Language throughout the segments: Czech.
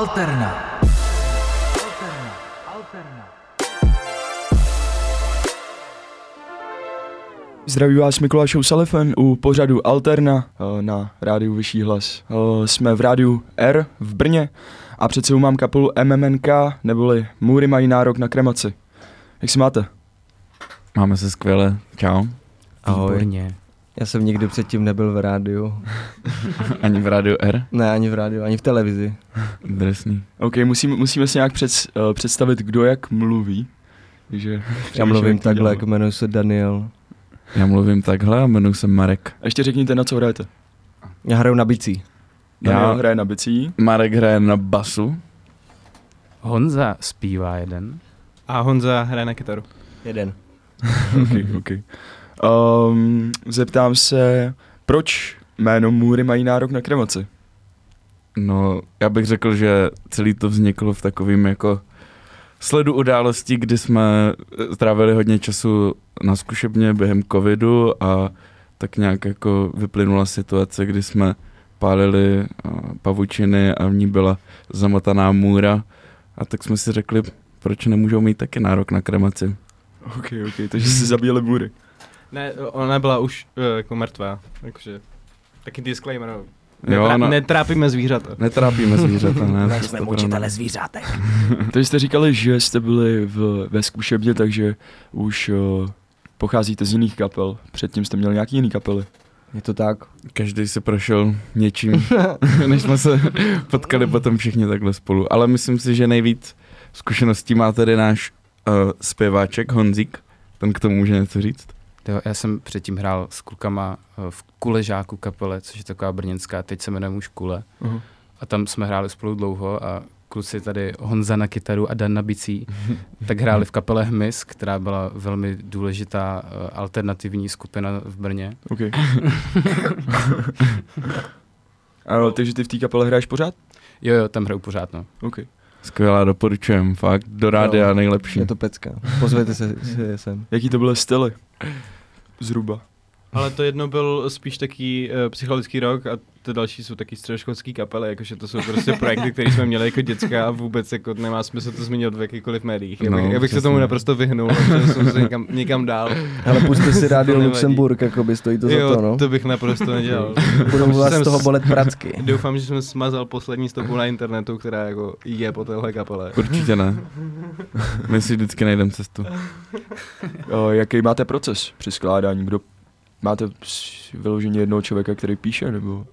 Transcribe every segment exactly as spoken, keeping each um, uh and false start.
Alterna. Alterna. Alterna. Zdraví vás Mikuláš Ousalefen u pořadu Alterna na rádiu Vyšší hlas. Jsme v rádiu R v Brně a před sebou mám kapelu M M N K, neboli Můry mají nárok na kremaci. Jak se máte? Máme se skvěle, čau. Ahoj. Výborně. Já jsem nikdy předtím nebyl v rádiu. Ani v rádiu R? Ne, ani v rádiu, ani v televizi. Drsný. OK, musím, musíme si nějak před, uh, představit, kdo jak mluví. Takže, Já mluvím takhle, jak jmenuji se Daniel. Já mluvím takhle a jmenuji se Marek. A ještě řekněte, na co hrajete. Já hraju na bicí. Daniel Já hraje na bicí. Marek hraje na basu. Honza zpívá jeden. A Honza hraje na kytaru. Jeden. OK, OK. Um, zeptám se, proč jméno Můry mají nárok na kremaci? No, já bych řekl, že celý to vzniklo v takovým jako sledu událostí, kdy jsme strávili hodně času na zkušebně během covidu a tak nějak jako vyplynula situace, kdy jsme pálili pavučiny a v ní byla zamotaná můra a tak jsme si řekli, proč nemůžou mít taky nárok na kremaci. OK, OK, takže si zabíjeli Můry. Ne, ona byla už uh, jako mrtvá, jakože taky disclaimer, no. Jo, Netrá- no. Netrápíme zvířata. Netrápíme zvířata, ne? Ne, jsme mučitele zvířátek. Takže jste říkali, že jste byli v, ve zkušebně, takže už uh, pocházíte z jiných kapel. Předtím jste měli nějaký jiný kapely. Je to tak? Každý se prošel něčím, než jsme se potkali potom všichni takhle spolu. Ale myslím si, že nejvíc zkušeností má tady náš uh, zpěváček Honzík. Ten k tomu může něco říct. Jo, já jsem předtím hrál s klukama v Kuležáku kapele, což je taková brněnská, teď se jmenuje už Kule. Uh-huh. A tam jsme hráli spolu dlouho a kluci tady Honza na kytaru a Dan na bicí, tak hráli v kapele Hmyz, která byla velmi důležitá uh, alternativní skupina v Brně. OK. Ano, takže ty v té kapele hraješ pořád? Jo, jo, tam hraju pořád, no. OK. Skvělá, doporučujem, fakt, do rádia Jo, nejlepší. Je to pecka. Pozvěte se, se sem. Jaký to byly styly? Zhruba. Ale to jedno byl spíš taký uh, psychologický rok a ty další jsou taky středoškolský kapely, jakože to jsou prostě projekty, které jsme měli jako děcka a vůbec jako nemá smysl to zmínit v jakýchkoliv médiích. Já bych, No, já bych se přesně. tomu naprosto vyhnul, že jsem se někam, někam dál. Ale puste si rádio To nevadí. Luxemburg, jakoby stojí to Jo, za to, no. to bych naprosto nedělal. Budou vás Jsem z toho s- bolet pracky. Doufám, že jsem smazal poslední stopu na internetu, která jako je po téhle kapele. Určitě ne. My si vždycky najdeme cestu. Uh, jaký máte proces při skládání? Kdo máte vyloženě jednoho člověka, který píše, nebo?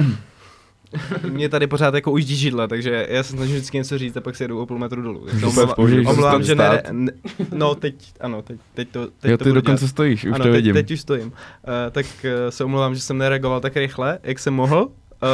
Mě tady pořád jako ujíždí židle, takže já se snažím vždycky něco říct a pak si jedu o půl metru dolů. Super, Omlouvám- v pohodě. Omlouvám, že ne, Stát. ne, no teď, ano, teď, teď to, teď Jo, to ty budu dokonce dělat. stojíš, už Ano, to teď, vidím. teď už stojím. Uh, tak uh, se omlouvám, že jsem nereagoval tak rychle, jak jsem mohl.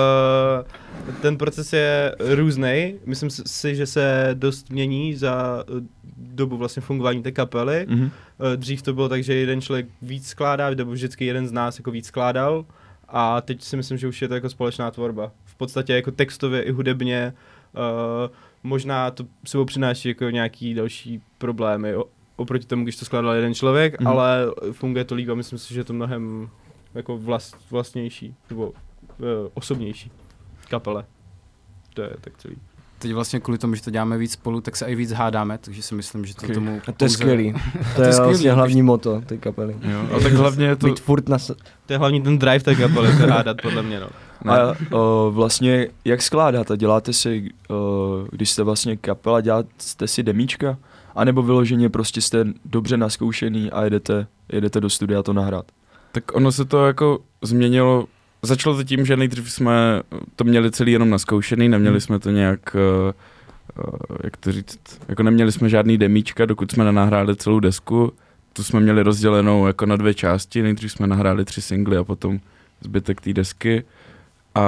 Uh, ten proces je různej. Myslím si, že se dost mění za uh, dobu vlastně fungování té kapely. Mhm. Uh, dřív to bylo tak, že jeden člověk víc skládá, nebo vždycky jeden z nás jako víc skládal. A teď si myslím, že už je to jako společná tvorba. V podstatě jako textově i hudebně. Uh, možná to sebou přináší jako nějaký další problémy o, oproti tomu, když to skládal jeden člověk, Mhm. ale funguje to líp a myslím si, že je to mnohem jako vlast, vlastnější nebo uh, osobnější kapele. To je tak celý. Teď vlastně kvůli tomu, že to děláme víc spolu, tak se i víc hádáme, takže si myslím, že to Okay. tomu A to je pouze- skvělý. A To je skvělý, vlastně když- hlavní moto té kapely. Jo, a tak hlavně je to... Být furt na... s- To je hlavně ten drive té kapely, se hádat podle mě, no. A uh, vlastně, jak skládáte? Děláte si, uh, když jste vlastně kapela, děláte si demíčka? A nebo vyloženě prostě jste dobře naskoušený a jedete, jedete do studia to nahrát? Tak ono se to jako změnilo, začalo to tím, že nejdřív jsme to měli celý jenom naskoušený, neměli jsme to nějak, uh, uh, jak to říct, jako neměli jsme žádný demíčka, dokud jsme nenahráli celou desku, tu jsme měli rozdělenou jako na dvě části, nejdřív jsme nahráli tři singly a potom zbytek té desky a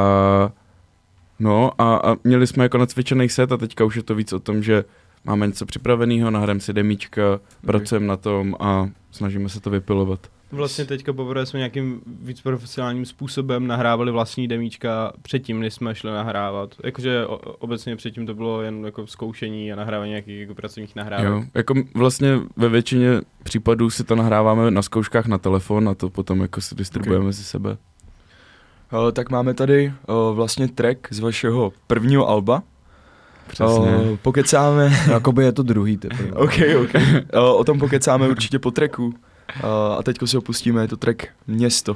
no a, a měli jsme jako nacvičený set a teďka už je to víc o tom, že máme něco připraveného, nahrajeme si demíčka, pracujeme na tom a snažíme se to vypilovat. Vlastně teďka poprvé jsme nějakým víc profesionálním způsobem nahrávali vlastní demíčka předtím, než jsme šli nahrávat. Jakože o, obecně předtím to bylo jen jako zkoušení a nahrávání nějakých jako pracovních nahrávek. Jo, jako vlastně ve většině případů si to nahráváme na zkouškách na telefon a to potom jako si distribuujeme mezi sebe. Uh, tak máme tady uh, vlastně track z vašeho prvního alba. Přesně. O, pokecáme, Jakoby je to druhý teprve. ok, ok, o, o tom pokecáme určitě po tracku. O, a teďko si opustíme, je to track Město.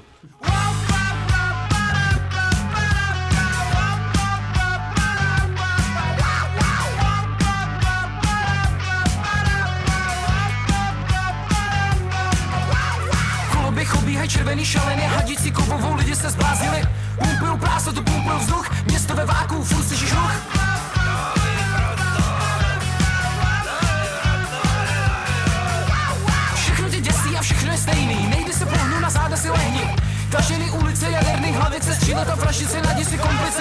Obíhají červený šaleny, hadící kovovou, lidi se zbláznili. Pumpujou prázdnotu, pumpujou vzduch, město ve váku, furt slyšíš hluk. Všechno tě děsí a všechno je stejný, nejdy se pohnu, na záda si lehni. Tažený ulice, jaderný hlavice, střílet a frašice, najdi si komplice.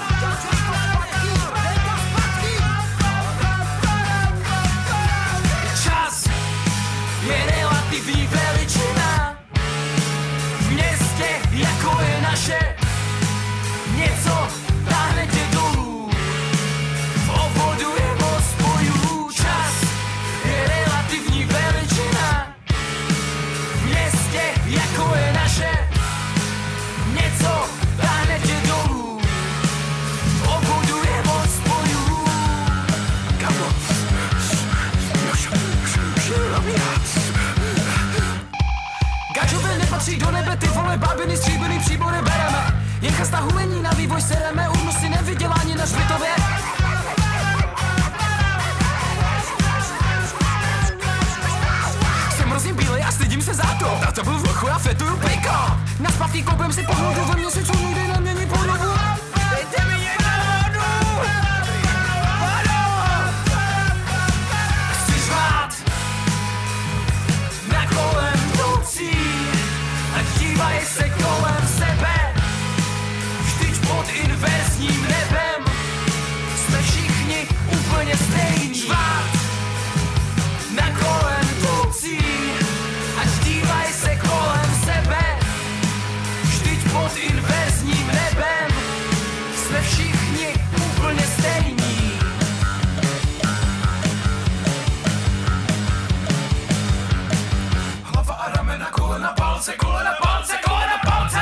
Čas je relativní veličina. V městě, jako je naše, něco táhne tě dolů. V obvodu je moc bojů. Čas je relativní veličina. V městě, jako je naše, něco táhne tě dolů. V obvodu je moc bojů. Kamo. Gačové nepatří do nebe, ty vole bábiny, stříbrný příbory bereme. Jen chasta hulení na vývoj sereme, urnu si nevydělání na žbitově. Jsem hrozně bílej a stydím se za to. Na to byl vlchu a fetuju piko. Na zpátky koupím si pohnudu, ve měsícu nikdy nemění podobu. Dejte mi někdo vodu. Vodu. Chci řvát na kolem jdoucí a dívaj se kolem sebe. Vždyť pod inverzním nebem jsme všichni úplně stejní. Řvát na kolem jdoucí a dívaj se kolem sebe. Vždyť pod inverzním nebem jsme všichni úplně stejní. Hlava a ramena, kolena, palce, kolena, palce, kolena, palce.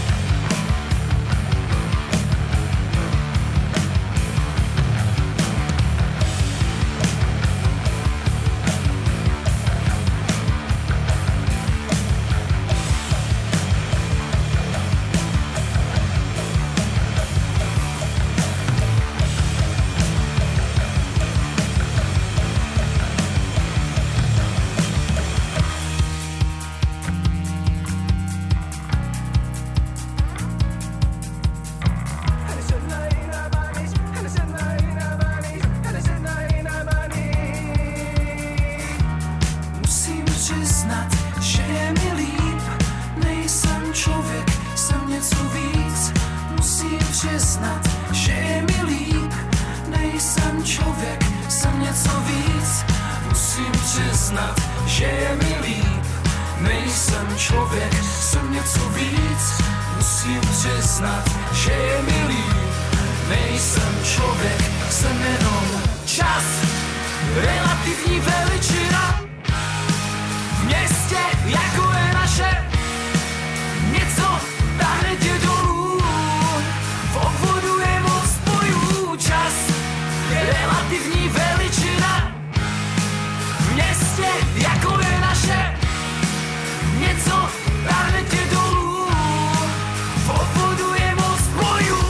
Musím přiznat, že je mi líp. Nejsem člověk, jsem něco víc. Musím přiznat, že je mi líp. Nejsem člověk, jsem něco víc. Musím přiznat, že je mi líp. Nejsem člověk, jsem něco víc. Musím přiznat, že je mi líp. Nejsem člověk, jsem jenom čas. Relativní veličina. V městě, jako je naše, něco táhne tě dolů. V obvodu je moc bojů. Čas je relativní veličina. V městě, jako je naše, něco táhne tě dolů. V obvodu je moc bojů.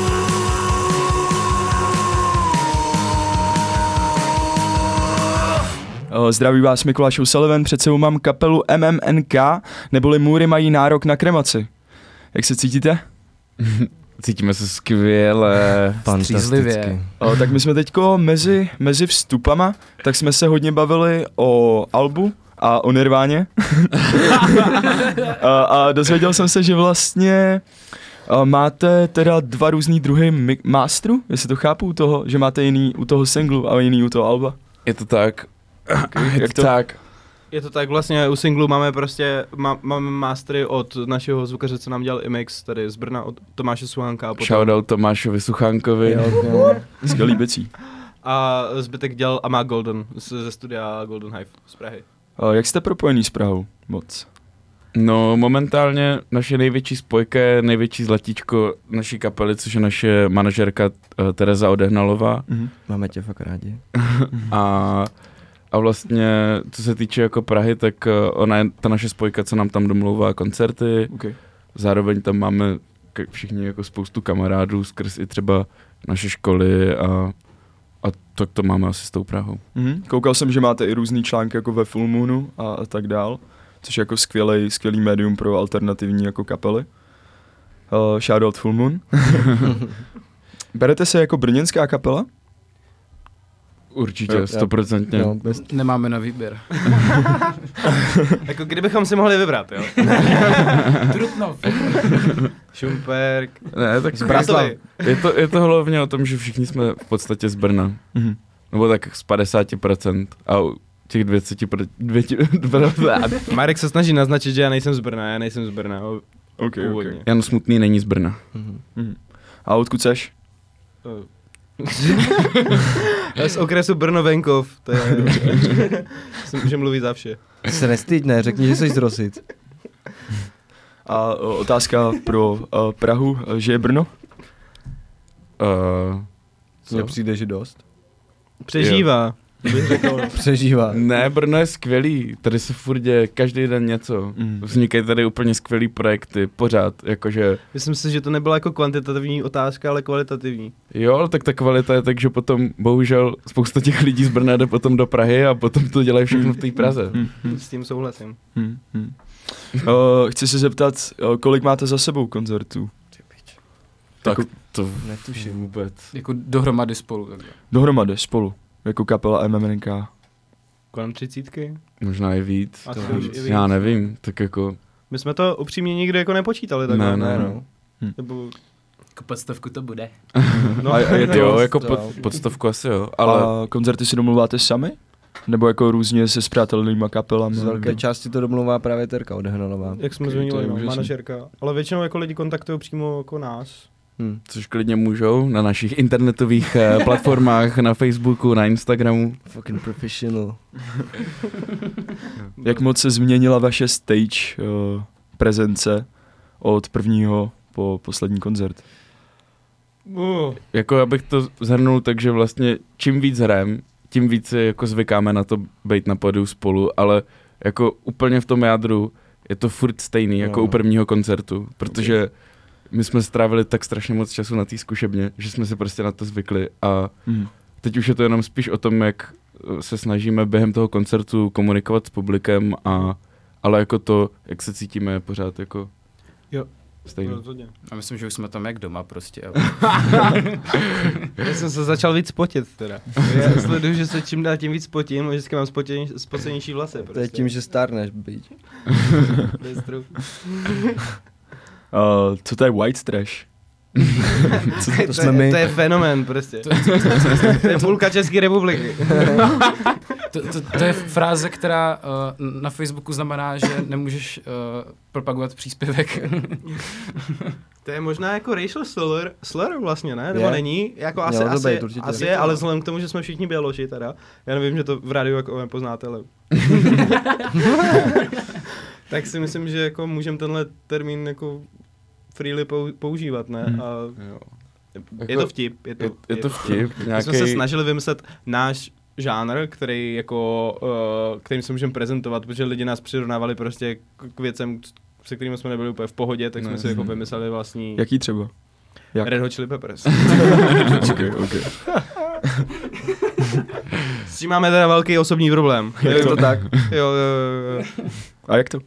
O, zdraví vás Mikuláš O'Sullivan, před sebou mám kapelu M M N K, neboli Můry mají nárok na kremaci. Jak se cítíte? Cítíme se skvěle. Střízlivě. O, tak my jsme teďko mezi, mezi vstupama, tak jsme se hodně bavili o albu a o Nirváně. a, a dozvěděl jsem se, že vlastně a máte teda dva různý druhy mi- masteru, jestli to chápu, u toho, že máte jiný u toho singlu a jiný u toho alba. Je to tak. Je Jak to to? tak. Je to tak, vlastně u singlu máme prostě, má, máme mastery od našeho zvukaře, co nám dělal Imix, tady z Brna, od Tomáše Suchánka a potom. Shoutout Tomášovi Suchánkovi. Jo, jo. Skvělý věcí. A zbytek dělal Ama Golden z- ze studia Golden Hive z Prahy. O, jak jste propojený s Prahou? Moc. No momentálně naše největší spojka je největší zlatíčko naší kapely, což je naše manažerka uh, Tereza Odehnalová. Mhm. Máme tě fakt rádi. A, a vlastně, co se týče jako Prahy, tak uh, ona je ta naše spojka, co nám tam domlouvá koncerty. Okay. Zároveň tam máme k- všichni jako spoustu kamarádů skrz i třeba naše školy a, a tak to máme asi s tou Prahou. Mhm. Koukal jsem, že máte i různý články jako ve Full Moonu a, a tak dál, což je jako skvělý, skvělý médium pro alternativní jako kapely. Uh, shoutout Full Moon. Berete se jako brněnská kapela? Určitě, stoprocentně. No, bez... Nemáme na výběr. Jako kdybychom si mohli vybrat, jo. Trutnov. Šumperk. Ne, tak Bratislav. je to, je to hlavně o tom, že všichni jsme v podstatě z Brna. Mhm. Nebo tak z padesát procent a u těch dvacet procent. Marek se snaží naznačit, že já nejsem z Brna, já nejsem z Brna. o- Okay, Původně. okay. Jan Smutný není z Brna. Mhm. Mhm. A odkud seš? Z okresu Brno-Venkov, to je, si může mluvit za vše. Se nestyď, ne, řekni, že jsi z Rosic. A o, otázka pro uh, Prahu, že je Brno? Uh, Mně přijde, že dost. Přežívá. bych řekl. Přežívá. Ne, Brno je skvělý, tady se furt děje každý den něco. Mm. Vznikají tady úplně skvělý projekty, pořád, jakože Myslím si, že to nebyla jako kvantitativní otázka, ale kvalitativní. jo, ale tak ta kvalita je tak, že potom bohužel spousta těch lidí z Brna jde potom do Prahy a potom to dělají všechno v té Praze. Hmm, hmm, S tím souhlasím. hmm, hmm. Uh, chci se zeptat, uh, kolik máte za sebou koncertů? Tak Jako- to Netuším. vůbec. Jako dohromady spolu. Takhle. Dohromady, spolu, jako kapela M M N K. Kolem třicítky? Možná i víc. Asi To už víc. i víc. Já nevím, tak jako My jsme to upřímně nikdy jako nepočítali Ne, takhle. ne, no. Hm. Nebo, Jako pod stovku to bude. no, A- a je to- jo, jako to- pod, pod stovku asi jo, ale A koncerty si domluváte sami? Nebo jako různě se spřátelenýma kapelami? Z velké části to domluvá právě Terka Odehnalová. jak jsme Ok, to je zmiňovali, no, úžasný. manažerka. Ale většinou jako lidi kontaktují přímo jako nás. Hm. což klidně můžou na našich internetových eh, platformách, na Facebooku, na Instagramu. Fucking professional. Jak moc se změnila vaše stage uh, prezence od prvního po poslední koncert? Uh, Jako abych to zhrnul, takže vlastně čím víc hrajeme, tím víc si jako zvykáme na to být na pódiu spolu, ale jako úplně v tom jádru je to furt stejný jako No. u prvního koncertu, protože my jsme strávili tak strašně moc času na té zkušebně, že jsme si prostě na to zvykli a Hmm. teď už je to jenom spíš o tom, jak eh, se snažíme během toho koncertu komunikovat s publikem, a, ale jako to, jak se cítíme, je pořád jako Jo. stejný. rozhodně. A myslím, že už jsme tam jak doma prostě. Já jsem se začal víc potit teda. Já sleduju, že se čím dál tím víc potím a vždycky mám spotění, spocenější vlasy. Prostě. To je tím, že stárneš, byť. Destru. Uh, co to je white trash? Co, to to, jsme je, my. to je fenomén prostě. To je půlka České republiky. To, to, to je fráze, která uh, na Facebooku znamená, že nemůžeš uh, propagovat příspěvek. To je možná jako racial slur, slur vlastně, ne? Nebo Je. není? Jako asi, Mělo to asi, být, určitě. asi je, ale vzhledem k tomu, že jsme všichni Běloši teda. Já nevím, že to v rádiu jako nepoznáte, ale... Tak si myslím, že jako můžeme tenhle termín jako freely pou- používat, ne? Hmm. A Jo. je Jako- to vtip. Je to, Je, je to vtip, My jsme se nějaký... snažili vymyslet náš žánr, který jako, uh, kterým se můžeme prezentovat, protože lidi nás přirovnávali prostě k, k věcem, se kterými jsme nebyli úplně v pohodě, tak jsme Ne. si jako vymysleli vlastní Jaký třeba? Jak? Red Hot Chili Peppers. Okay, okay. S tím máme teda velký osobní problém. Je to tak? Jo, jo, jo, jo. A jak to?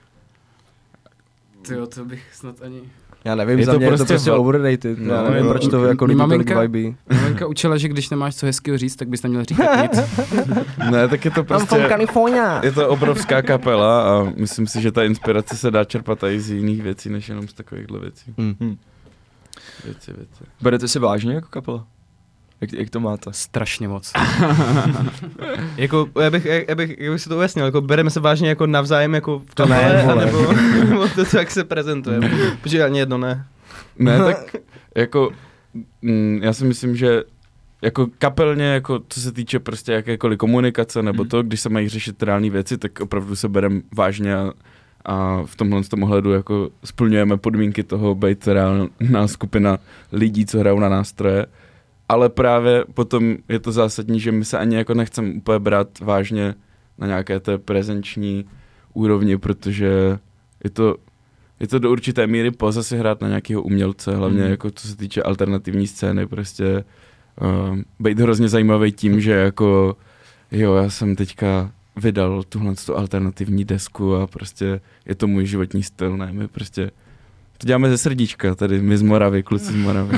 Tyjo, to bych snad ani... Já nevím, Je za to mě je to prostě prostě vel- overrated. No, Já nevím, jo, proč to ok. jako Mý lidi tolik maminka- vibí. Maminka učila, že když nemáš co hezkého říct, tak bys neměl říkat nic. Ne, tak je to prostě... California. Je to obrovská kapela a myslím si, že ta inspirace se dá čerpat i z jiných věcí, než jenom z takovýchhle věcí. Hm. Hmm. Věci, věci. Berete si vážně jako kapela? Jak, jak to máte? Strašně moc. Jako, já bych, já bych, já bych si to ujasnil, jako bereme se vážně jako navzájem jako v To ne, kapele, vole. anebo, nebo to, jak se prezentujeme. Protože ani jedno ne. Ne, tak jako, mm, já si myslím, že jako kapelně, jako co se týče prostě jakékoliv komunikace, nebo to, když se mají řešit reální věci, tak opravdu se berem vážně a, a v tomhle z tom ohledu jako splňujeme podmínky toho být reálná skupina lidí, co hrajou na nástroje, ale právě potom je to zásadní, že my se ani jako nechceme úplně brát vážně na nějaké té prezenční úrovni, protože je to, je to do určité míry poza si hrát na nějakého umělce, hlavně mm. jako co se týče alternativní scény, prostě uh, být hrozně zajímavý tím, že jako jo, já jsem teďka vydal tuhle tu alternativní desku a prostě je to můj životní styl, ne, my prostě to děláme ze srdíčka, tady my z Moravy, kluci z Moravy.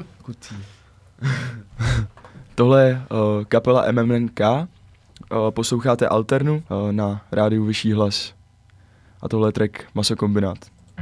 Tohle je uh, kapela M M N K, uh, posloucháte Alternu uh, na rádiu Vyšší hlas a tohle je track Masokombinát.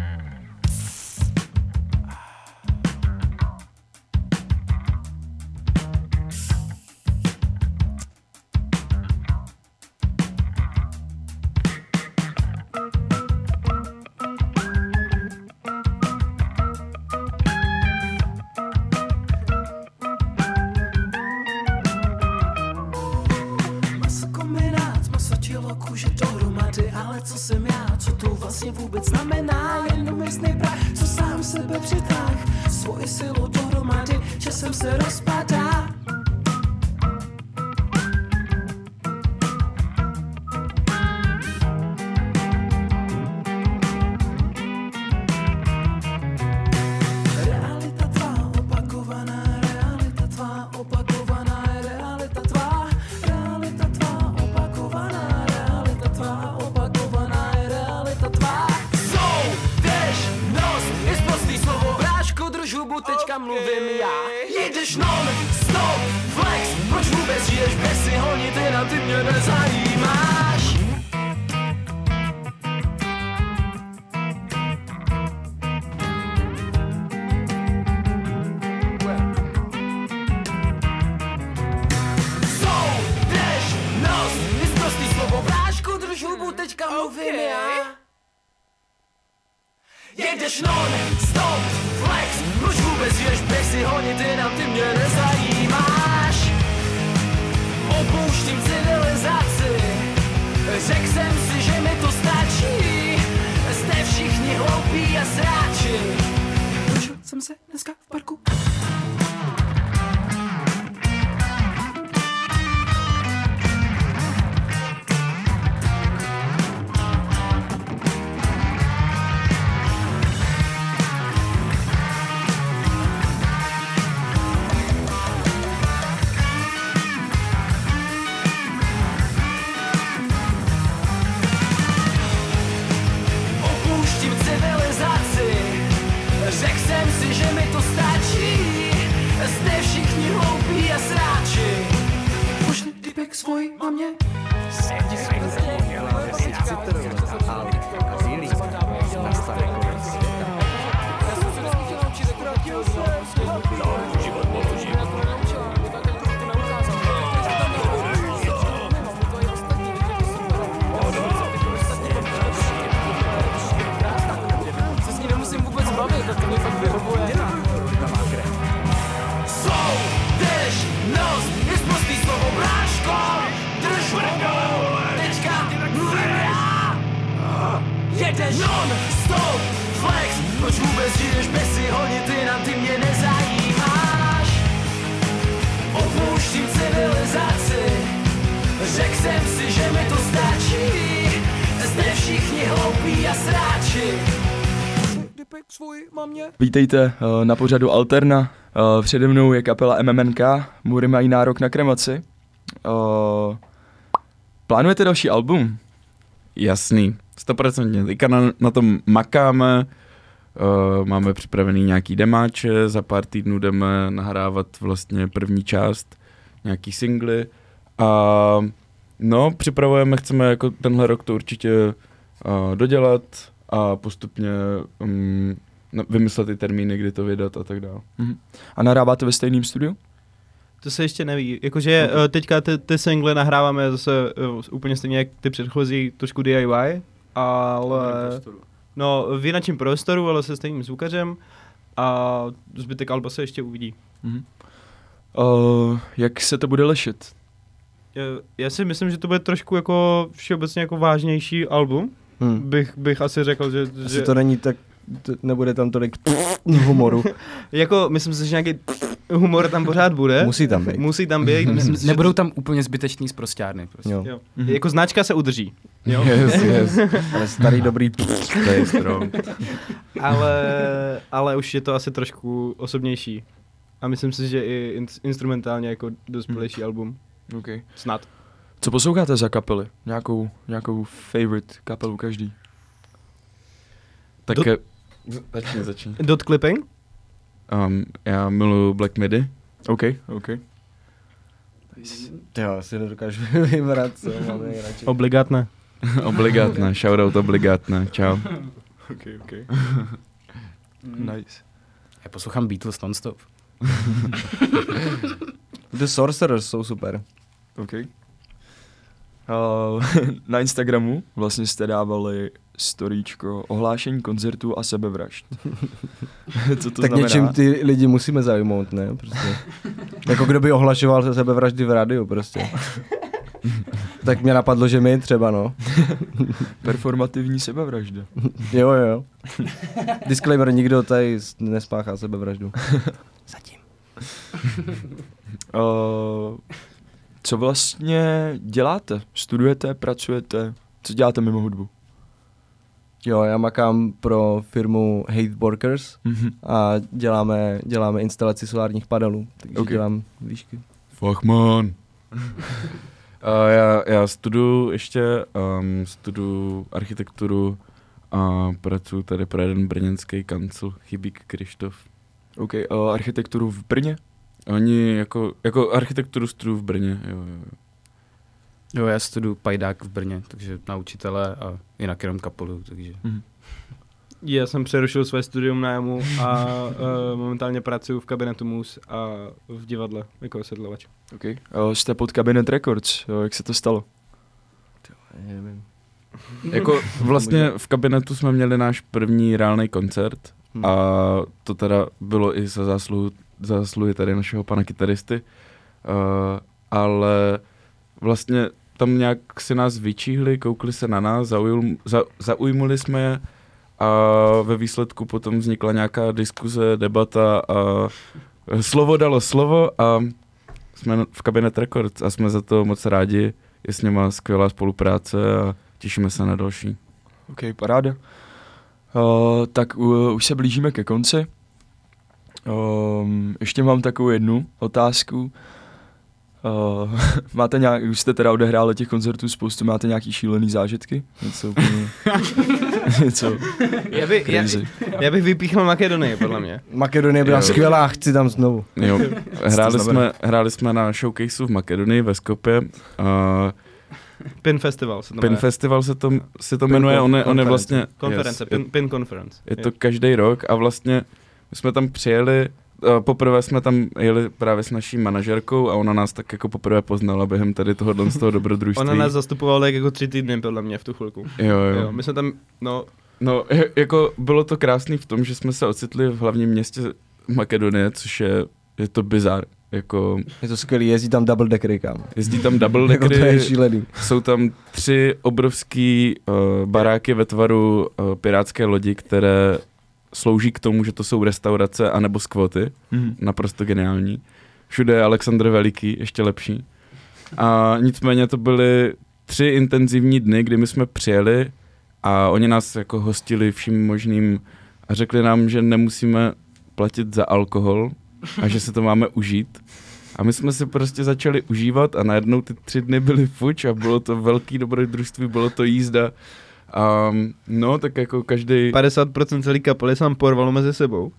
Jedeš non, stop, flex, proč vůbec jdeš besy honit, jinam ty mě nezajímáš. Opouštím civilizaci, řekl jsem si, že mi to stačí. Jste všichni hloupí a sráči. Prošel jsem se dneska v parku. Řekl jsem si, že mi to stačí. Jste všichni hloupí a sráči. Pošli typek svojí mamě. Jedeš non, stop, flex, proč vůbec jdeš besy honit, jinam ty mě nezajímáš. Opouštím civilizaci, řekl jsem si, že mi to stačí. Jste všichni hloupí a sráči. Vítejte uh, na pořadu Alterna, uh, přede mnou je kapela M M N K, Můry mají nárok na kremaci. Uh, plánujete další album? Jasný, stoprocentně. Teďka na, na tom makáme, uh, máme připravený nějaký demáče, za pár týdnů jdeme nahrávat vlastně první část, nějaký singly a no, připravujeme, chceme jako tenhle rok to určitě uh, dodělat a postupně um, vymyslet ty termíny, kdy to vydat a tak dále. Mm-hmm. A nahráváte ve stejném studiu? To se ještě neví. Jakože okay. teďka ty, ty single nahráváme zase uh, úplně stejně jak ty předchozí, trošku D I Y, ale no v jinačím prostoru, ale se stejným zvukařem a zbytek alba se ještě uvidí. Mm-hmm. Uh, jak se to bude lišit? Já, já si myslím, že to bude trošku jako všeobecně jako vážnější album, Hmm. bych, bych asi řekl, že... Asi že to není tak, to, nebude tam tolik humoru. jako, myslím si, že nějaký humor tam pořád bude. Musí tam být. Musí tam být. Myslím si, že Nebudou tam úplně zbytečný zprosťárny. Prostě. Jo. Jo. Jako značka se udrží. Jo? Yes, yes. Ale starý dobrý... To je strong. ale, ale už je to asi trošku osobnější. A myslím si, že i in- instrumentálně jako dospělejší album. Okay. Snad. Co posloucháte za kapely? Nějakou, nějakou favorite kapelu každý? Tak Do- Do... začni, začni. Dot Clipping? Um, já miluji Black Midi. OK, OK. Jo, asi nedokážu vybrat, co máme radši. Obligátné. Obligátné, shoutout obligátné, čau. OK, OK. Nice. Já poslouchám Beatles non-stop. The Sorcerers jsou super. OK. Uh, na Instagramu vlastně jste dávali storíčko ohlášení koncertů a sebevražd. Co to tak znamená? něčím ty lidi musíme zaujmout, ne? Prostě. Jako kdo by ohlašoval sebevraždy v rádiu prostě. Tak mě napadlo, že my třeba, no. Performativní sebevražda. Jo, jo. Disclaimer, nikdo tady nespáchá sebevraždu. Zatím. Uh, co vlastně děláte? Studujete, pracujete? Co děláte mimo hudbu? Jo, já makám pro firmu Hate Workers Mm-hmm. a děláme, děláme instalaci solárních panelů, takže Ok. okay. dělám výšky. Fachman. uh, já, já studuju ještě, um, studuju architekturu a pracuji tady pro jeden brněnský kancel, Chybík Krištof. OK, uh, architekturu v Brně? Oni jako, jako architekturu studuju v Brně, jo, jo, jo. Jo, já studuju pajdák v Brně, takže na učitele a jinak jenom kapelu, takže... Mm. Já jsem přerušil své studium nájmu a uh, momentálně pracuji v kabinetu Mus a v divadle jako osedlovač. OK. Uh, jste pod Cabinet Records, uh, jak se to stalo? Nevím. Jako vlastně v kabinetu jsme měli náš první reálný koncert Hmm. a to teda bylo i za zásluhu, za zásluhy tady našeho pana kytaristy, uh, ale vlastně tam nějak si nás vyčíhli, koukli se na nás, zaujul, za, zaujmuli jsme je a ve výsledku potom vznikla nějaká diskuze, debata a slovo dalo slovo a jsme v Cabinet Records a jsme za to moc rádi, je s něma skvělá spolupráce a těšíme se na další. OK, paráda. Uh, tak uh, už se blížíme ke konci. Um, ještě mám takovou jednu otázku. Uh, máte nějak, už jste teda odehráli těch koncertů spoustu, máte nějaký šílený zážitky? Něco úplně... něco Já, by, já, crazy. já bych vypíchl Makedonii, podle mě. Makedonie byla Jo. skvělá, chci tam znovu. Jo, hráli znamená? jsme, hráli jsme na showcaseu v Makedonii ve Skopje. Uh, Pin Festival se to Pin jmenuje. Festival se to, se to Pin jmenuje, Conf- on je, on je konference. vlastně... Konference, yes, pin, je, pin Conference. je to každý rok a vlastně my jsme tam přijeli, uh, poprvé jsme tam jeli právě s naší manažerkou a ona nás tak jako poprvé poznala během tady tohohle z toho dobrodružství. Ona nás zastupovala tak jako tři týdny, podle mě, v tu chvilku. Jo, jo. Jo, my jsme tam, no, No, je- jako bylo to krásný v tom, že jsme se ocitli v hlavním městě Makedonie, což je, je to bizar. Jako Je to skvělý, jezdí tam double deckery, kámo. jezdí tam double Jako to je deckery, šílený. jsou tam tři obrovský uh, baráky ve tvaru uh, pirátské lodi, které slouží k tomu, že to jsou restaurace anebo skvoty. Mhm. Naprosto geniální. Všude je Alexandr Veliký, ještě lepší. A nicméně to byly tři intenzivní dny, kdy my jsme přijeli a oni nás jako hostili vším možným a řekli nám, že nemusíme platit za alkohol a že se to máme užít. A my jsme si prostě začali užívat a najednou ty tři dny byly fuč a bylo to velký dobrodružství, bylo to jízda. A no, tak jako každý. padesát procent celý kapely se nám porvalo mezi sebou.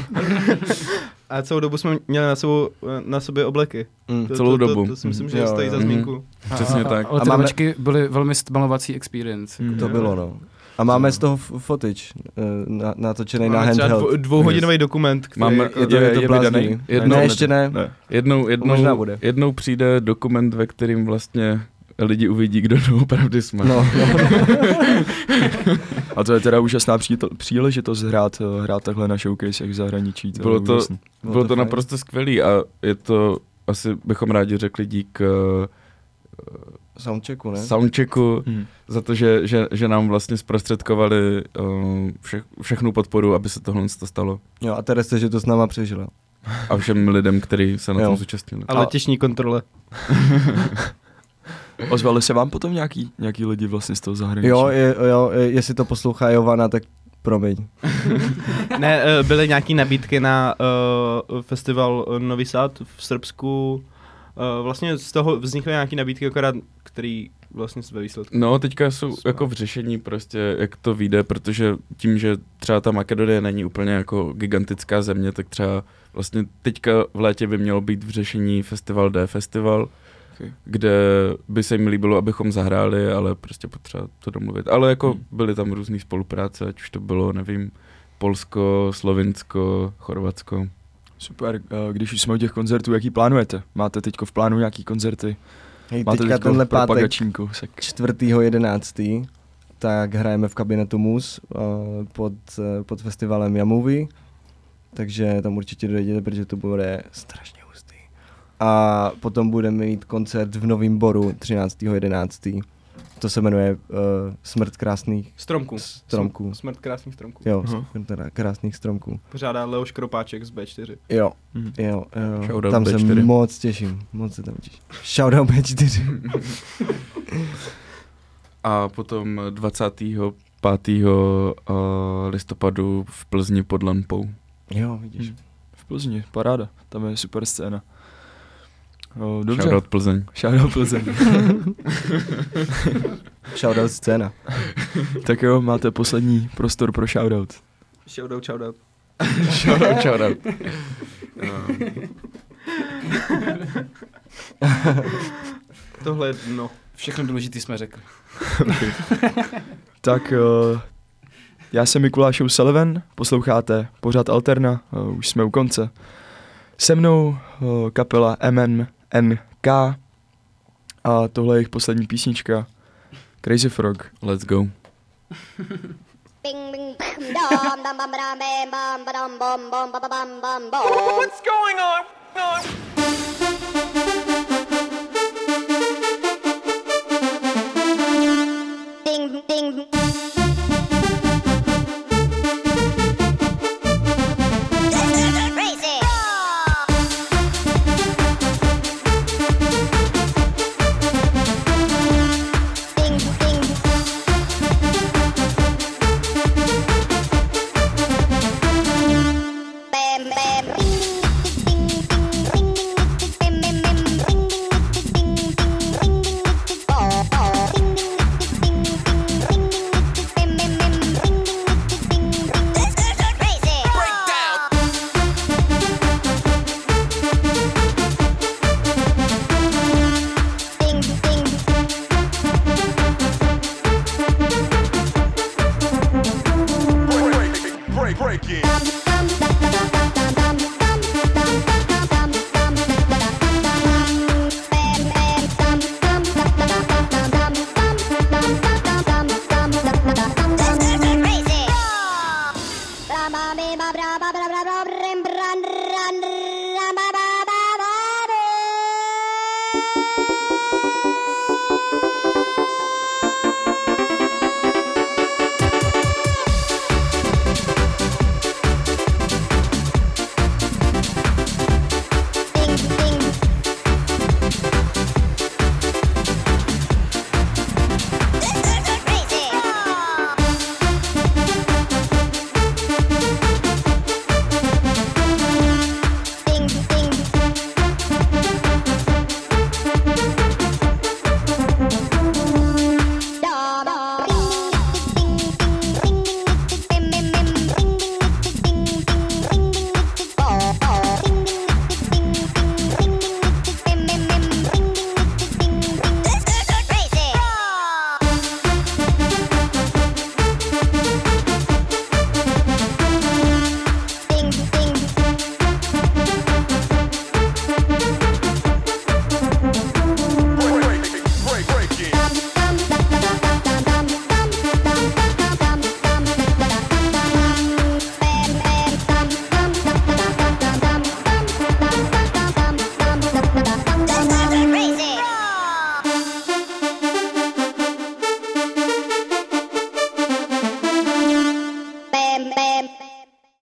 A celou dobu jsme měli na, sebou, na sobě obleky. Mm. To, Celou to, dobu. To, to si myslím, že Jo, stojí jo. za Mhm. zmínku. Přesně a, tak. Ale A ty máme- máme... byly velmi stmalovací experience. Mm. To bylo, no. A máme z toho f- footage uh, na, natočený na Máme třeba handheld. dvou, dvouhodinový dokument, který Máme- jako, Je to, Je- je to je blázný. vydaný? Jednou- Ne, ještě ne. Ne. Jednou, Možná jednou, bude. jednou přijde dokument, ve kterým vlastně lidi uvidí, kdo doopravdy jsme. No, no. A to je teda úžasná přítel, příležitost hrát, eh, hrát takhle na showcasech v zahraničí. To Bylo je to- úžasný. Bylo to fajn. naprosto skvělý a je to, asi bychom rádi řekli dík uh, soundchecku, ne? soundchecku, Hmm. za to, že, že, že nám vlastně zprostředkovali uh, vše, všechnu podporu, aby se tohle stalo. Jo, a Terese, že to s náma přežila. A všem lidem, kteří se na Jo. tom zúčastnili. Ale těžní kontrole. Ozvali se vám potom nějaký, nějaký lidi vlastně z toho zahraničí? Jo, je, jo, je, jestli to poslouchá Jovana, tak promiň. Ne, eh, byly nějaký nabídky na uh, festival Nový Sad v Srbsku. Uh, vlastně z toho vznikly nějaký nabídky, akorát, který vlastně ve výsledku. No, teďka jsou Super. jako v řešení prostě, jak to vyjde, protože tím, že třeba ta Makedonie není úplně jako gigantická země, tak třeba vlastně teďka v létě by mělo být v řešení Festival D Festival, Okay. kde by se jim líbilo, abychom zahráli, ale prostě potřeba to domluvit. Ale jako Hmm. byly tam různý spolupráce, ať už to bylo, nevím, Polsko, Slovinsko, Chorvatsko. Super, eh, když už jsme u těch koncertů, jaký plánujete? Máte teďko v plánu nějaký koncerty? Hej, Máte teďka teďko tenhle pátek propagační kousek? čtvrtého jedenáctého tak hrajeme v kabinetu Mus uh, pod, uh, pod festivalem Jamovy, takže tam určitě dojděte, protože to bude strašně hustý. A potom budeme mít koncert v Novém Boru třináctého jedenáctého To se jmenuje uh, Smrt krásných Stromků. stromků. Smrt krásných stromků. Jo, Aha. smrt teda krásných stromků. Pořádá Leoš Kropáček z bé čtyři. Jo, Mhm. jo, jo. Shoutout Tam se bé čtyři. moc těším, moc se tam těším. Shoutout bé čtyři. A potom dvacátého pátého listopadu v Plzni pod Lampou. Jo, vidíš. Hmm. V Plzni, paráda, tam je super scéna. O, dobře, Shoutout Plzeň. shoutout Plzeň. Shoutout scéna. Tak jo, máte poslední prostor pro shoutout. Shoutout, shoutout. Shoutout, shoutout. Tohle je dno. Všechno důležité jsme řekli. Tak uh, já jsem Mikuláš O'Sullivan, posloucháte pořád Alterna, uh, už jsme u konce. Se mnou uh, kapela M M N K a tohle je jejich poslední písnička Crazy Frog. Let's go. Bing bing bam dam dam bam bam bam bam bam bam bam bam bam bam bam. What's going on?